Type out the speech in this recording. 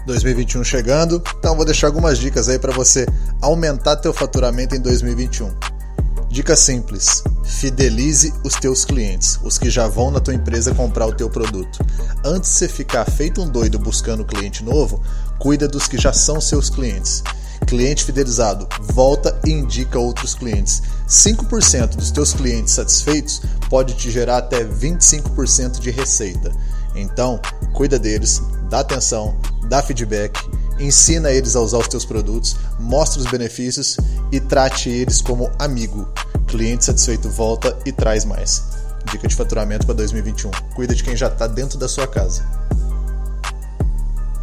2021 chegando, então vou deixar algumas dicas aí para você aumentar teu faturamento em 2021. Dica simples: fidelize os teus clientes, os que já vão na tua empresa comprar o teu produto. Antes de você ficar feito um doido buscando cliente novo, cuida dos que já são seus clientes. Cliente fidelizado, volta e indica outros clientes. 5% dos teus clientes satisfeitos pode te gerar até 25% de receita. Então, cuida deles, dá atenção, dá feedback, ensina eles a usar os teus produtos, mostra os benefícios e trate eles como amigo. Cliente satisfeito volta e traz mais. Dica de faturamento para 2021. Cuida de quem já está dentro da sua casa.